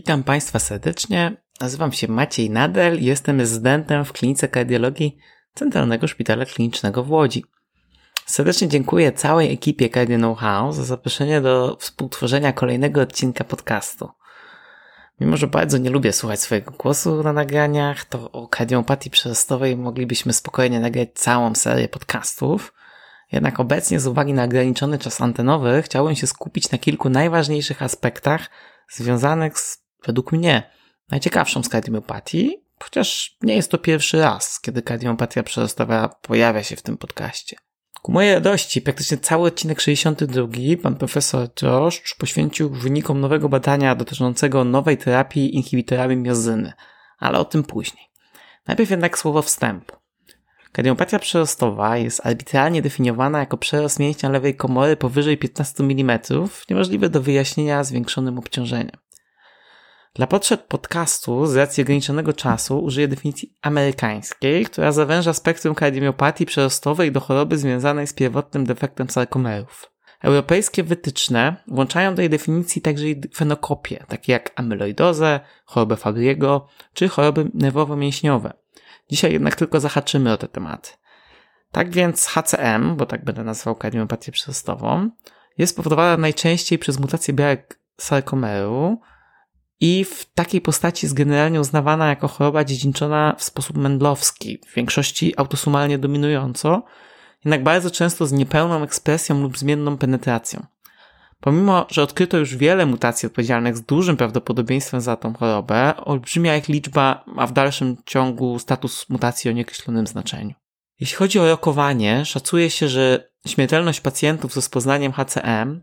Witam Państwa serdecznie. Nazywam się Maciej Nadel i jestem rezydentem w Klinice Kardiologii Centralnego Szpitala Klinicznego w Łodzi. Serdecznie dziękuję całej ekipie Cardio Know-how za zaproszenie do współtworzenia kolejnego odcinka podcastu. Mimo że bardzo nie lubię słuchać swojego głosu na nagraniach, to o kardiopatii przerostowej moglibyśmy spokojnie nagrać całą serię podcastów. Jednak obecnie z uwagi na ograniczony czas antenowy chciałbym się skupić na kilku najważniejszych aspektach związanych z, według mnie, najciekawszą z kardiopatii, chociaż nie jest to pierwszy raz, kiedy kardiopatia przerostowa pojawia się w tym podcaście. Ku mojej radości praktycznie cały odcinek 62 pan profesor Droszcz poświęcił wynikom nowego badania dotyczącego nowej terapii inhibitorami miozyny, ale o tym później. Najpierw jednak słowo wstępu. Kardiopatia przerostowa jest arbitralnie definiowana jako przerost mięśnia lewej komory powyżej 15 mm, niemożliwy do wyjaśnienia zwiększonym obciążeniem. Dla potrzeb podcastu, z racji ograniczonego czasu, użyję definicji amerykańskiej, która zawęża spektrum kardiomiopatii przerostowej do choroby związanej z pierwotnym defektem sarkomerów. Europejskie wytyczne włączają do jej definicji także fenokopie, takie jak amyloidozę, chorobę Fabriego czy choroby nerwowo-mięśniowe. Dzisiaj jednak tylko zahaczymy o te tematy. Tak więc HCM, bo tak będę nazywał kardiomopatię przyrostową, jest spowodowana najczęściej przez mutację białek sarkomeru i w takiej postaci jest generalnie uznawana jako choroba dziedziczona w sposób mendlowski, w większości autosomalnie dominująco, jednak bardzo często z niepełną ekspresją lub zmienną penetracją. Pomimo, że odkryto już wiele mutacji odpowiedzialnych z dużym prawdopodobieństwem za tą chorobę, olbrzymia ich liczba ma w dalszym ciągu status mutacji o nieokreślonym znaczeniu. Jeśli chodzi o rokowanie, szacuje się, że śmiertelność pacjentów z rozpoznaniem HCM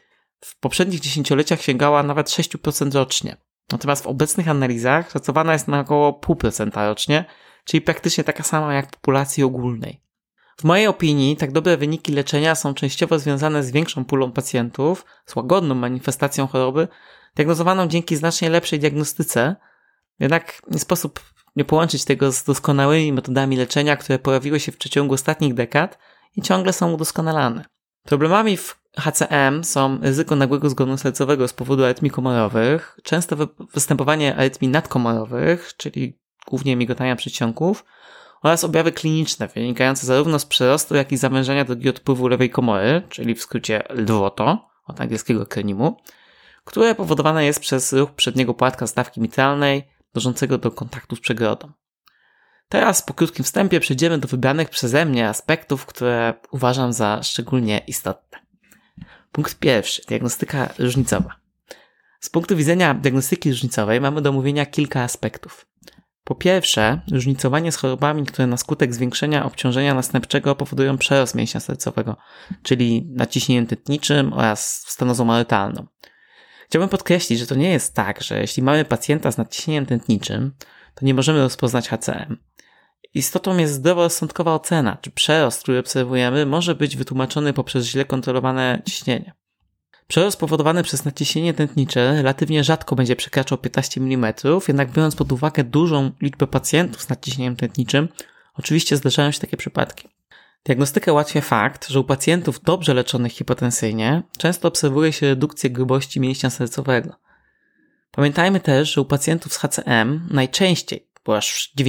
w poprzednich dziesięcioleciach sięgała nawet 6% rocznie. Natomiast w obecnych analizach szacowana jest na około 0,5% rocznie, czyli praktycznie taka sama jak w populacji ogólnej. W mojej opinii tak dobre wyniki leczenia są częściowo związane z większą pulą pacjentów, z łagodną manifestacją choroby, diagnozowaną dzięki znacznie lepszej diagnostyce, jednak nie sposób nie połączyć tego z doskonałymi metodami leczenia, które pojawiły się w przeciągu ostatnich dekad i ciągle są udoskonalane. Problemami w HCM są ryzyko nagłego zgonu sercowego z powodu arytmii komorowych, często występowanie arytmii nadkomorowych, czyli głównie migotania przedsionków, oraz objawy kliniczne wynikające zarówno z przerostu, jak i zawężenia drogi odpływu lewej komory, czyli w skrócie LDWOTO, od angielskiego akronimu, które powodowane jest przez ruch przedniego płatka stawki mitralnej dążącego do kontaktu z przegrodą. Teraz po krótkim wstępie przejdziemy do wybranych przeze mnie aspektów, które uważam za szczególnie istotne. Punkt pierwszy. Diagnostyka różnicowa. Z punktu widzenia diagnostyki różnicowej mamy do omówienia kilka aspektów. Po pierwsze, różnicowanie z chorobami, które na skutek zwiększenia obciążenia następczego powodują przerost mięśnia sercowego, czyli nadciśnieniem tętniczym oraz stenozą aortalną. Chciałbym podkreślić, że to nie jest tak, że jeśli mamy pacjenta z nadciśnieniem tętniczym, to nie możemy rozpoznać HCM. Istotą jest zdroworozsądkowa ocena, czy przerost, który obserwujemy, może być wytłumaczony poprzez źle kontrolowane ciśnienie. Przerost spowodowany przez nadciśnienie tętnicze relatywnie rzadko będzie przekraczał 15 mm, jednak biorąc pod uwagę dużą liczbę pacjentów z nadciśnieniem tętniczym, oczywiście zdarzają się takie przypadki. Diagnostykę ułatwia fakt, że u pacjentów dobrze leczonych hipotensyjnie często obserwuje się redukcję grubości mięśnia sercowego. Pamiętajmy też, że u pacjentów z HCM najczęściej, bo aż w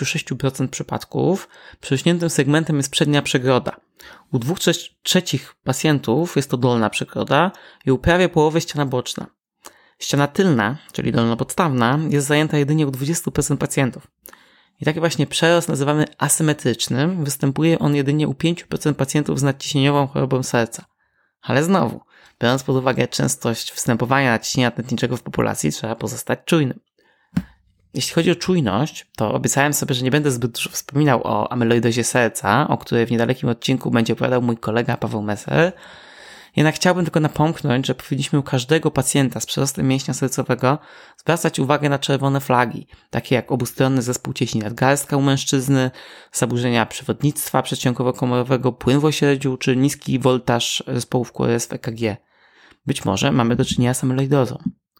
96% przypadków, przerośniętym segmentem jest przednia przegroda. U 2/3 pacjentów jest to dolna przegroda i u prawie połowy ściana boczna. Ściana tylna, czyli dolnopodstawna, jest zajęta jedynie u 20% pacjentów. I taki właśnie przerost nazywamy asymetrycznym, występuje on jedynie u 5% pacjentów z nadciśnieniową chorobą serca. Ale znowu, biorąc pod uwagę częstość występowania nadciśnienia tętniczego w populacji, trzeba pozostać czujnym. Jeśli chodzi o czujność, to obiecałem sobie, że nie będę zbyt dużo wspominał o amyloidozie serca, o której w niedalekim odcinku będzie opowiadał mój kolega Paweł Messer. Jednak chciałbym tylko napomknąć, że powinniśmy u każdego pacjenta z przerostem mięśnia sercowego zwracać uwagę na czerwone flagi, takie jak obustronny zespół cieśni nadgarstka u mężczyzny, zaburzenia przewodnictwa przedsionkowo-komorowego, płyn w ośledziu czy niski woltaż zespołów QRS w EKG. Być może mamy do czynienia z amyloidozą.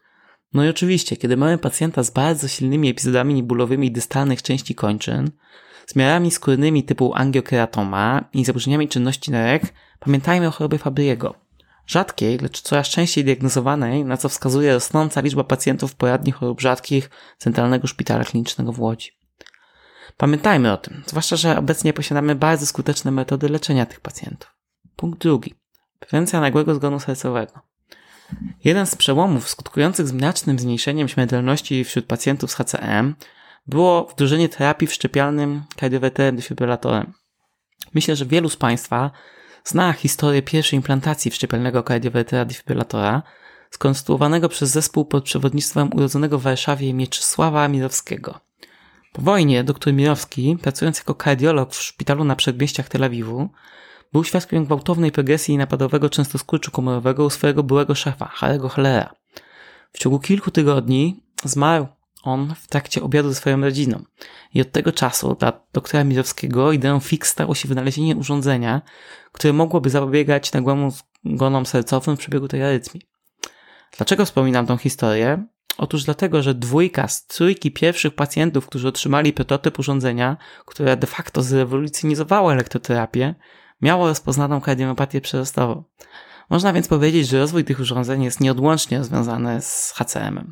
No i oczywiście, kiedy mamy pacjenta z bardzo silnymi epizodami nibulowymi dystalnych części kończyn, z miarami skórnymi typu angiokeratoma i zaburzeniami czynności nerek, pamiętajmy o chorobie Fabriego. rzadkiej, lecz coraz częściej diagnozowanej, na co wskazuje rosnąca liczba pacjentów w poradni chorób rzadkich Centralnego Szpitala Klinicznego w Łodzi. Pamiętajmy o tym, zwłaszcza, że obecnie posiadamy bardzo skuteczne metody leczenia tych pacjentów. Punkt drugi. Prewencja nagłego zgonu sercowego. Jeden z przełomów skutkujących znacznym zmniejszeniem śmiertelności wśród pacjentów z HCM było wdrożenie terapii wszczepialnym kardiowerterem defibrylatorem. Myślę, że wielu z Państwa zna historię pierwszej implantacji wszczepialnego kardiowertera defibrylatora skonstruowanego przez zespół pod przewodnictwem urodzonego w Warszawie Mieczysława Mirowskiego. Po wojnie dr Mirowski, pracując jako kardiolog w szpitalu na przedmieściach Tel Awiwu, był świadkiem gwałtownej progresji napadowego częstoskurczu komorowego u swojego byłego szefa, Harry'ego Hellera. W ciągu kilku tygodni zmarł on w trakcie obiadu ze swoją rodziną. I od tego czasu dla doktora Mirowskiego ideą fix stało się wynalezienie urządzenia, które mogłoby zapobiegać nagłemu zgonom sercowym w przebiegu tej arytmii. Dlaczego wspominam tą historię? Otóż dlatego, że 2 z 3 pierwszych pacjentów, którzy otrzymali prototyp urządzenia, które de facto zrewolucjonizowało elektroterapię, miało rozpoznaną kardiomyopatię przyrostową. Można więc powiedzieć, że rozwój tych urządzeń jest nieodłącznie związany z HCM-em.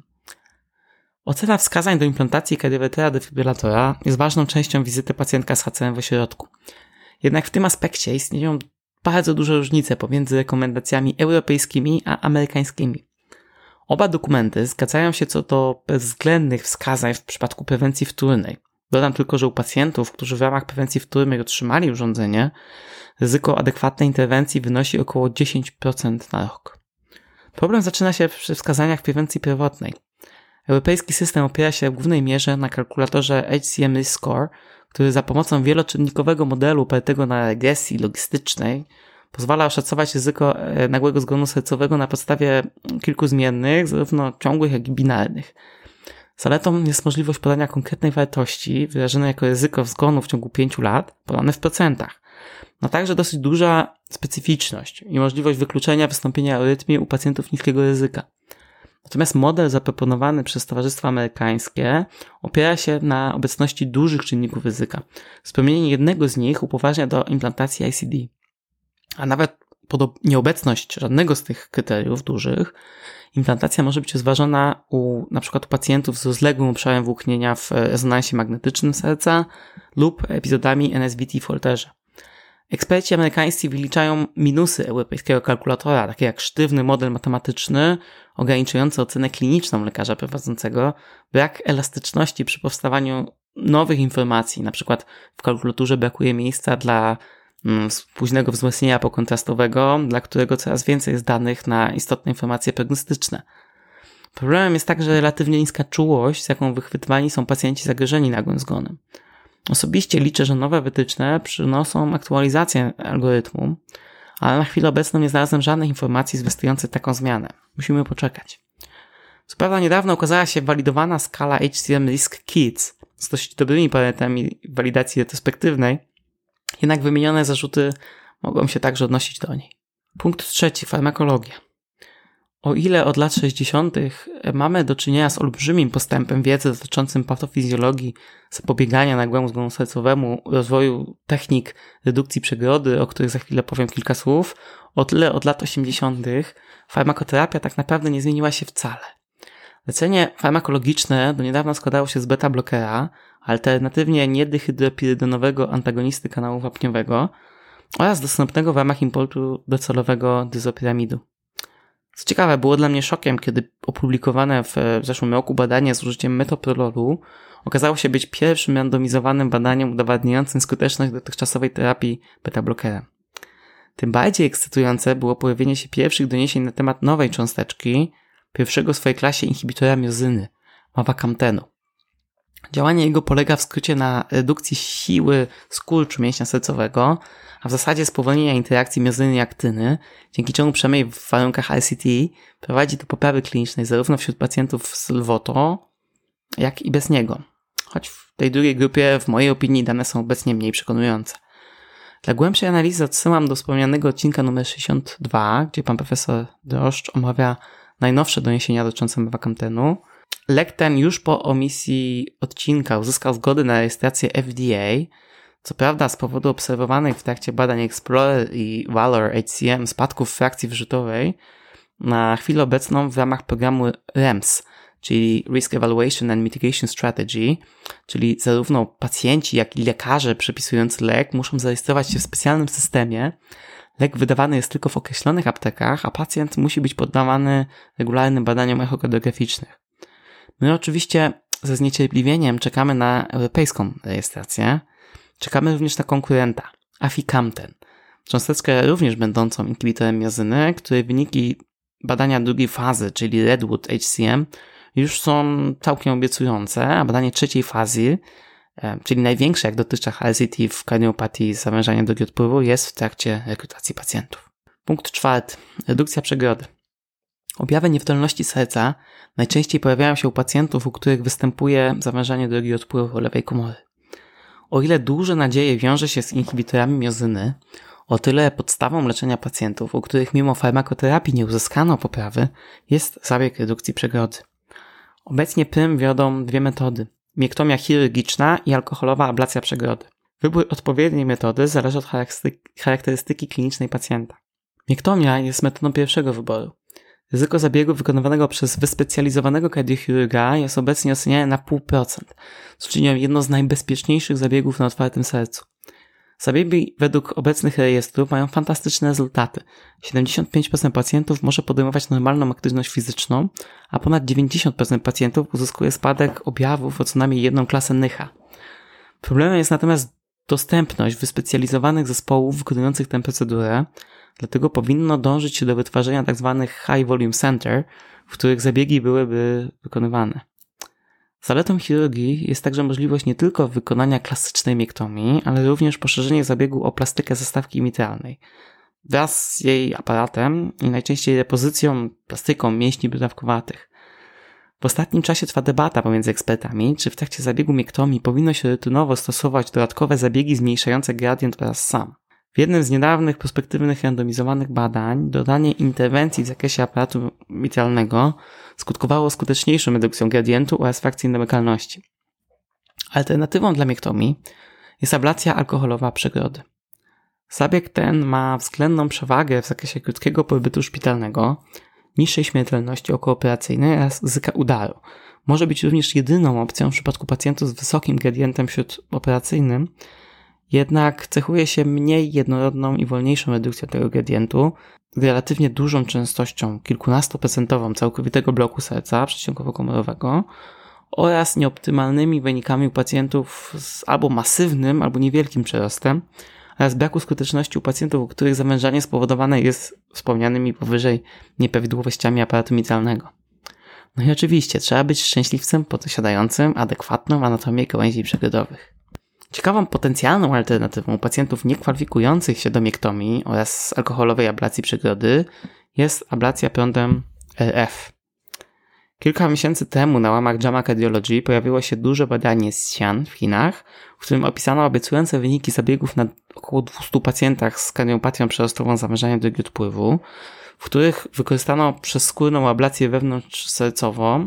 Ocena wskazań do implantacji kardiowertera defibrylatora jest ważną częścią wizyty pacjentka z HCM w ośrodku. Jednak w tym aspekcie istnieją bardzo duże różnice pomiędzy rekomendacjami europejskimi a amerykańskimi. Oba dokumenty zgadzają się co do bezwzględnych wskazań w przypadku prewencji wtórnej. Dodam tylko, że u pacjentów, którzy w ramach prewencji wtórnej otrzymali urządzenie, ryzyko adekwatnej interwencji wynosi około 10% na rok. Problem zaczyna się przy wskazaniach w prewencji pierwotnej. Europejski system opiera się w głównej mierze na kalkulatorze HCM Risk Score, który za pomocą wieloczynnikowego modelu opartego na regresji logistycznej pozwala oszacować ryzyko nagłego zgonu sercowego na podstawie kilku zmiennych, zarówno ciągłych, jak i binarnych. Zaletą jest możliwość podania konkretnej wartości, wyrażonej jako ryzyko zgonu w ciągu 5 lat, podane w procentach. No także dosyć duża specyficzność i możliwość wykluczenia wystąpienia arytmii u pacjentów niskiego ryzyka. Natomiast model zaproponowany przez Towarzystwo Amerykańskie opiera się na obecności dużych czynników ryzyka. Spełnienie jednego z nich upoważnia do implantacji ICD. A nawet nieobecność żadnego z tych kryteriów dużych, implantacja może być rozważona np. u pacjentów z rozległym obszarem włóknienia w rezonansie magnetycznym serca lub epizodami NSVT w Holterze. Eksperci amerykańscy wyliczają minusy europejskiego kalkulatora, takie jak sztywny model matematyczny, ograniczający ocenę kliniczną lekarza prowadzącego, brak elastyczności przy powstawaniu nowych informacji, np. w kalkulaturze brakuje miejsca dla późnego wzmocnienia pokontrastowego, dla którego coraz więcej jest danych na istotne informacje prognostyczne. Problemem jest także relatywnie niska czułość, z jaką wychwytywani są pacjenci zagrożeni nagłym zgonem. Osobiście liczę, że nowe wytyczne przynoszą aktualizację algorytmu, ale na chwilę obecną nie znalazłem żadnych informacji zwiastujących taką zmianę. Musimy poczekać. Co prawda niedawno ukazała się walidowana skala HCM Risk Kids z dość dobrymi parametrami walidacji retrospektywnej, jednak wymienione zarzuty mogą się także odnosić do niej. Punkt 3. Farmakologia. O ile od lat 60. mamy do czynienia z olbrzymim postępem wiedzy dotyczącym patofizjologii, zapobiegania nagłemu zgonu sercowemu, rozwoju technik redukcji przegrody, o których za chwilę powiem kilka słów, o tyle od lat 80. farmakoterapia tak naprawdę nie zmieniła się wcale. Leczenie farmakologiczne do niedawna składało się z beta-blokera, alternatywnie niedihydropirydonowego antagonisty kanału wapniowego oraz dostępnego w ramach importu docelowego dyzopiramidu. Co ciekawe, było dla mnie szokiem, kiedy opublikowane w zeszłym roku badanie z użyciem metoprololu okazało się być pierwszym randomizowanym badaniem udowadniającym skuteczność dotychczasowej terapii beta-blokerem. Tym bardziej ekscytujące było pojawienie się pierwszych doniesień na temat nowej cząsteczki, pierwszego w swojej klasie inhibitora miozyny, mavacamtenu. Działanie jego polega w skrócie na redukcji siły skurczu mięśnia sercowego, a w zasadzie spowolnienia interakcji miozyny i aktyny, dzięki czemu przynajmniej w warunkach RCT prowadzi do poprawy klinicznej zarówno wśród pacjentów z LWOTO, jak i bez niego. Choć w tej drugiej grupie w mojej opinii dane są obecnie mniej przekonujące. Dla głębszej analizy odsyłam do wspomnianego odcinka numer 62, gdzie pan profesor Droszcz omawia najnowsze doniesienia dotyczące mavacamtenu. Lek ten już po omisji odcinka uzyskał zgodę na rejestrację FDA, Co prawda z powodu obserwowanych w trakcie badań Explorer i Valor HCM spadków frakcji wyrzutowej, na chwilę obecną w ramach programu REMS, czyli Risk Evaluation and Mitigation Strategy, czyli zarówno pacjenci, jak i lekarze przepisujący lek muszą zarejestrować się w specjalnym systemie. Lek wydawany jest tylko w określonych aptekach, a pacjent musi być poddawany regularnym badaniom echokardiograficznym. My oczywiście ze zniecierpliwieniem czekamy na europejską rejestrację. Czekamy również na konkurenta, aficamten, cząsteczkę również będącą inhibitorem miozyny, której wyniki badania drugiej fazy, czyli Redwood HCM, już są całkiem obiecujące, a badanie trzeciej fazy, czyli największe jak dotychczas RCT w kardiopatii zawężania drogi odpływu, jest w trakcie rekrutacji pacjentów. Punkt 4. Redukcja przegrody. Objawy niewydolności serca najczęściej pojawiają się u pacjentów, u których występuje zawężanie drogi odpływu lewej komory. O ile duże nadzieje wiąże się z inhibitorami miozyny, o tyle podstawą leczenia pacjentów, u których mimo farmakoterapii nie uzyskano poprawy, jest zabieg redukcji przegrody. Obecnie prym wiodą dwie metody: miektomia chirurgiczna i alkoholowa ablacja przegrody. Wybór odpowiedniej metody zależy od charakterystyki klinicznej pacjenta. Miektomia jest metodą pierwszego wyboru. Ryzyko zabiegu wykonywanego przez wyspecjalizowanego kardiochirurga jest obecnie oceniane na 0,5%, co czyni jedno z najbezpieczniejszych zabiegów na otwartym sercu. Zabiegi według obecnych rejestrów mają fantastyczne rezultaty. 75% pacjentów może podejmować normalną aktywność fizyczną, a ponad 90% pacjentów uzyskuje spadek objawów o co najmniej jedną klasę NYHA. Problemem jest natomiast dostępność wyspecjalizowanych zespołów wykonujących tę procedurę, dlatego powinno dążyć się do wytwarzania tzw. high volume center, w których zabiegi byłyby wykonywane. Zaletą chirurgii jest także możliwość nie tylko wykonania klasycznej miektomii, ale również poszerzenie zabiegu o plastykę zastawki mitralnej. Wraz z jej aparatem i najczęściej repozycją, plastyką mięśni brodawkowatych. W ostatnim czasie trwa debata pomiędzy ekspertami, czy w trakcie zabiegu miektomii powinno się rutynowo stosować dodatkowe zabiegi zmniejszające gradient oraz SAM. W jednym z niedawnych prospektywnych randomizowanych badań dodanie interwencji w zakresie aparatu mitralnego skutkowało skuteczniejszą redukcją gradientu oraz frakcji endomekalności. Alternatywą dla miektomii jest ablacja alkoholowa przegrody. Zabieg ten ma względną przewagę w zakresie krótkiego pobytu szpitalnego, niższej śmiertelności okooperacyjnej oraz ryzyka udaru. Może być również jedyną opcją w przypadku pacjentów z wysokim gradientem śródoperacyjnym, jednak cechuje się mniej jednorodną i wolniejszą redukcją tego gradientu, relatywnie dużą częstością, kilkunastoprocentową całkowitego bloku serca przedsionkowo-komorowego oraz nieoptymalnymi wynikami u pacjentów z albo masywnym, albo niewielkim przyrostem oraz braku skuteczności u pacjentów, u których zawężanie spowodowane jest wspomnianymi powyżej nieprawidłowościami aparatu mitralnego. No i oczywiście trzeba być szczęśliwcem posiadającym adekwatną anatomię gałęzi przegrodowych. Ciekawą potencjalną alternatywą u pacjentów niekwalifikujących się do miektomii oraz alkoholowej ablacji przegrody jest ablacja prądem RF. Kilka miesięcy temu na łamach JAMA Cardiology pojawiło się duże badanie z Xi'an w Chinach, w którym opisano obiecujące wyniki zabiegów na około 200 pacjentach z kardiopatią przerostową zawężania drogi odpływu, w których wykorzystano przezskórną ablację wewnątrzsercową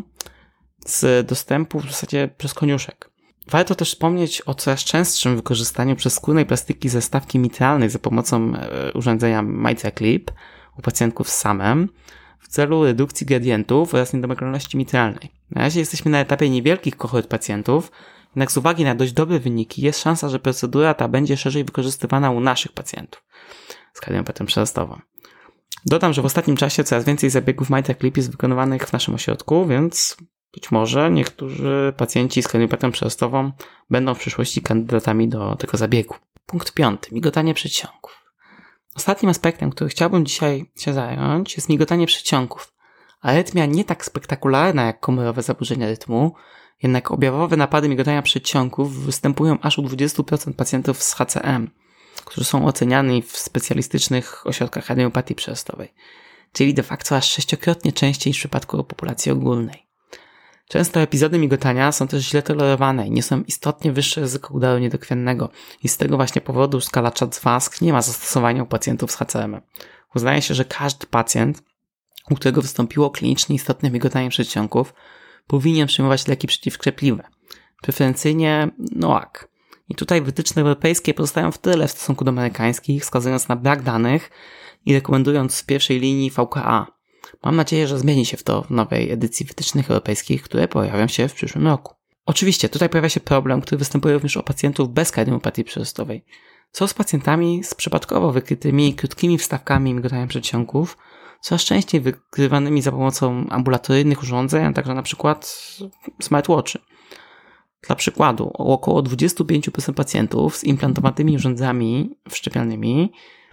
z dostępu w zasadzie przez koniuszek. Warto też wspomnieć o coraz częstszym wykorzystaniu przezskórnej plastyki ze stawki mitralnej za pomocą urządzenia MitraClip u pacjentów z SAM-em w celu redukcji gradientów oraz niedomykalności mitralnej. Na razie jesteśmy na etapie niewielkich kohort pacjentów, jednak z uwagi na dość dobre wyniki jest szansa, że procedura ta będzie szerzej wykorzystywana u naszych pacjentów z kardiopatią przerostową. Dodam, że w ostatnim czasie coraz więcej zabiegów MitraClip jest wykonywanych w naszym ośrodku, więc być może niektórzy pacjenci z kardiopatią przerostową będą w przyszłości kandydatami do tego zabiegu. Punkt 5. Migotanie przedsionków. Ostatnim aspektem, który chciałbym dzisiaj się zająć, jest migotanie przedsionków. Arytmia nie tak spektakularna jak komorowe zaburzenia rytmu, jednak objawowe napady migotania przedsionków występują aż u 20% pacjentów z HCM, którzy są oceniani w specjalistycznych ośrodkach kardiopatii przerostowej, czyli de facto aż 6-krotnie częściej niż w przypadku populacji ogólnej. Często epizody migotania są też źle tolerowane i niosą istotnie wyższe ryzyko udaru niedokrwiennego i z tego właśnie powodu skala CHA2-2 nie ma zastosowania u pacjentów z HCM. Uznaje się, że każdy pacjent, u którego wystąpiło klinicznie istotne migotanie przedsionków, powinien przyjmować leki przeciwkrzepliwe, preferencyjnie NOAC, I tutaj wytyczne europejskie pozostają w tyle w stosunku do amerykańskich, wskazując na brak danych i rekomendując w pierwszej linii VKA. Mam nadzieję, że zmieni się to w nowej edycji wytycznych europejskich, które pojawią się w przyszłym roku. Oczywiście tutaj pojawia się problem, który występuje również u pacjentów bez kardiopatii przerostowej. Co z pacjentami z przypadkowo wykrytymi krótkimi wstawkami migotania przedsionków, coraz częściej wykrywanymi za pomocą ambulatoryjnych urządzeń, a także na przykład smartwatchy. Dla przykładu, około 25% pacjentów z implantowanymi urządzeniami wszczepialnymi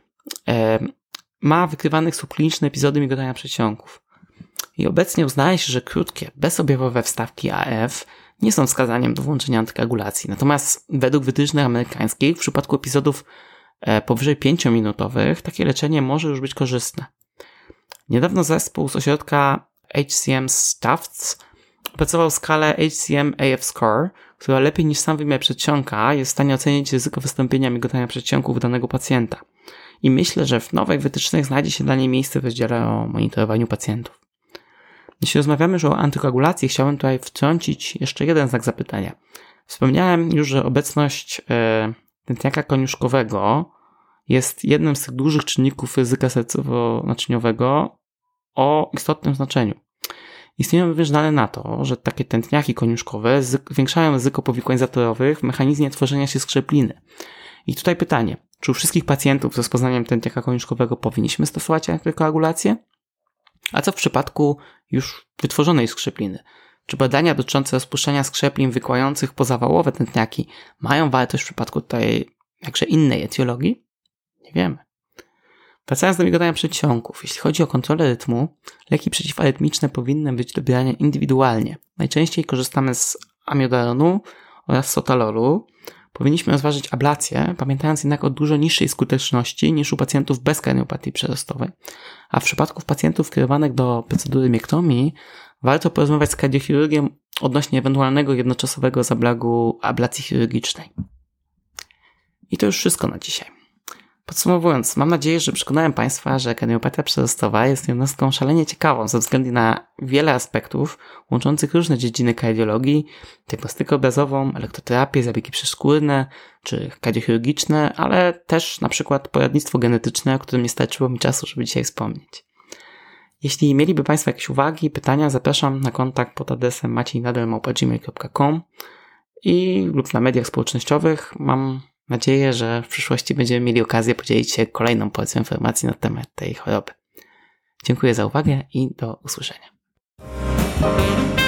ma wykrywanych subkliniczne epizody migotania przedsionków. I obecnie uznaje się, że krótkie, bezobjawowe wstawki AF nie są wskazaniem do włączenia antykoagulacji. Natomiast według wytycznych amerykańskich w przypadku epizodów powyżej 5-minutowych takie leczenie może już być korzystne. Niedawno zespół z ośrodka HCM z Tufts opracował skalę HCM AF Score, która lepiej niż sam wymiar przedsionka jest w stanie ocenić ryzyko wystąpienia migotania przedsionków danego pacjenta. I myślę, że w nowych wytycznych znajdzie się dla niej miejsce w rozdziale o monitorowaniu pacjentów. Jeśli rozmawiamy już o antykoagulacji, chciałem tutaj wtrącić jeszcze jeden znak zapytania. Wspomniałem już, że obecność tętniaka koniuszkowego jest jednym z tych dużych czynników ryzyka sercowo-naczyniowego o istotnym znaczeniu. Istnieją również dane na to, że takie tętniaki koniuszkowe zwiększają ryzyko powikłań zatorowych w mechanizmie tworzenia się skrzepliny. I tutaj pytanie, czy u wszystkich pacjentów z rozpoznaniem tętniaka koniuszkowego powinniśmy stosować antykoagulację? A co w przypadku już wytworzonej skrzepliny? Czy badania dotyczące rozpuszczania skrzeplin wykłających pozawałowe tętniaki mają wartość w przypadku tej jakże innej etiologii? Nie wiemy. Wracając do migotania przedsionków, jeśli chodzi o kontrolę rytmu, leki przeciwarytmiczne powinny być dobierane indywidualnie. Najczęściej korzystamy z amiodalonu oraz sotalolu. Powinniśmy rozważyć ablację, pamiętając jednak o dużo niższej skuteczności niż u pacjentów bez kardiopatii przerostowej. A w przypadku pacjentów kierowanych do procedury miektomii warto porozmawiać z kardiochirurgiem odnośnie ewentualnego jednoczasowego zabiegu ablacji chirurgicznej. I to już wszystko na dzisiaj. Podsumowując, mam nadzieję, że przekonałem Państwa, że kardiopatia przerostowa jest jednostką szalenie ciekawą ze względu na wiele aspektów łączących różne dziedziny kardiologii, diagnostykę obrazową, elektroterapię, zabiegi przeszczepne czy kardiochirurgiczne, ale też na przykład poradnictwo genetyczne, o którym nie starczyło mi czasu, żeby dzisiaj wspomnieć. Jeśli mieliby Państwo jakieś uwagi, pytania, zapraszam na kontakt pod adresem maciejnadel@gmail.com i lub na mediach społecznościowych. Mam nadzieję, że w przyszłości będziemy mieli okazję podzielić się kolejną porcją informacji na temat tej choroby. Dziękuję za uwagę i do usłyszenia.